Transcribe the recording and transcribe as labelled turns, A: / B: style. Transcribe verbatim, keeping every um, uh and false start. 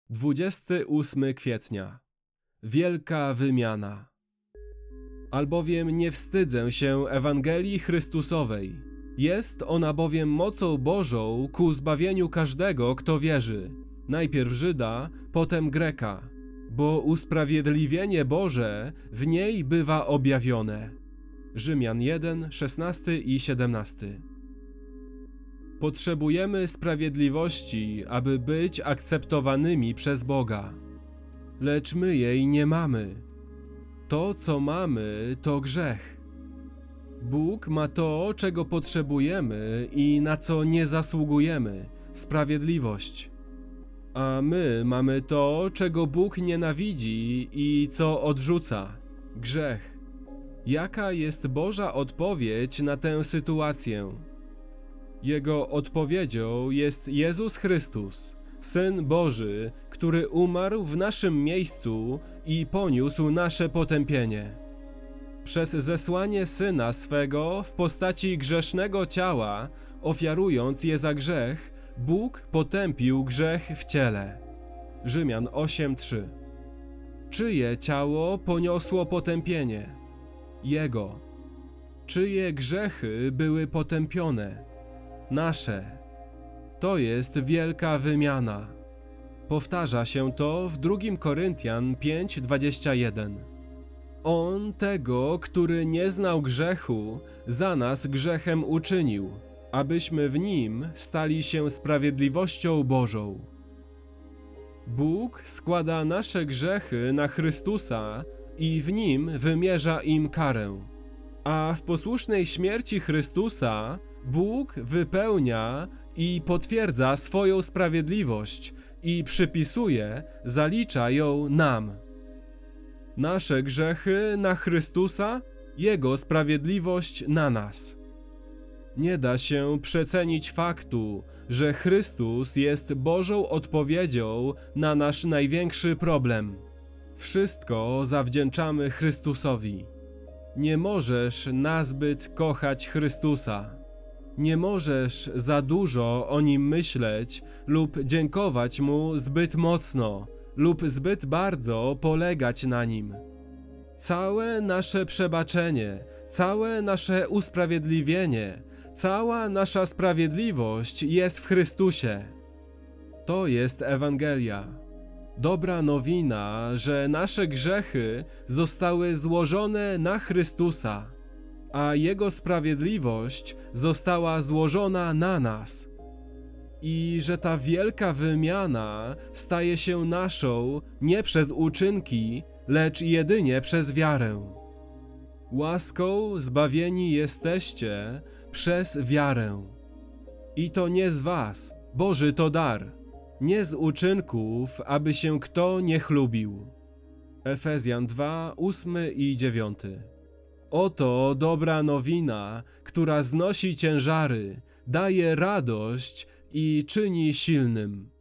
A: dwudziestego ósmego kwietnia. Wielka wymiana. Albowiem nie wstydzę się Ewangelii Chrystusowej. Jest ona bowiem mocą Bożą ku zbawieniu każdego, kto wierzy. Najpierw Żyda, potem Greka. Bo usprawiedliwienie Boże w niej bywa objawione. Rzymian jeden, szesnasty i siedemnasty. Potrzebujemy sprawiedliwości, aby być akceptowanymi przez Boga. Lecz my jej nie mamy. To, co mamy, to grzech. Bóg ma to, czego potrzebujemy i na co nie zasługujemy – sprawiedliwość. A my mamy to, czego Bóg nienawidzi i co odrzuca – grzech. Jaka jest Boża odpowiedź na tę sytuację? Jego odpowiedzią jest Jezus Chrystus, Syn Boży, który umarł w naszym miejscu i poniósł nasze potępienie. Przez zesłanie Syna swego w postaci grzesznego ciała, ofiarując je za grzech, Bóg potępił grzech w ciele. Rzymian osiem, trzy. Czyje ciało poniosło potępienie? Jego. Czyje grzechy były potępione? Nasze. To jest wielka wymiana. Powtarza się to w drugim Koryntian pięć, dwadzieścia jeden. On tego, który nie znał grzechu, za nas grzechem uczynił, abyśmy w nim stali się sprawiedliwością Bożą. Bóg składa nasze grzechy na Chrystusa i w nim wymierza im karę. A w posłusznej śmierci Chrystusa Bóg wypełnia i potwierdza swoją sprawiedliwość i przypisuje, zalicza ją nam. Nasze grzechy na Chrystusa, Jego sprawiedliwość na nas. Nie da się przecenić faktu, że Chrystus jest Bożą odpowiedzią na nasz największy problem. Wszystko zawdzięczamy Chrystusowi. Nie możesz nazbyt kochać Chrystusa. Nie możesz za dużo o Nim myśleć lub dziękować Mu zbyt mocno lub zbyt bardzo polegać na Nim. Całe nasze przebaczenie, całe nasze usprawiedliwienie, cała nasza sprawiedliwość jest w Chrystusie. To jest Ewangelia. Dobra nowina, że nasze grzechy zostały złożone na Chrystusa, a Jego sprawiedliwość została złożona na nas. I że ta wielka wymiana staje się naszą nie przez uczynki, lecz jedynie przez wiarę. Łaską zbawieni jesteście przez wiarę. I to nie z was, Boży to dar, nie z uczynków, aby się kto nie chlubił. Efezjan dwa, ósmy i dziewiąty. Oto dobra nowina, która znosi ciężary, daje radość i czyni silnym.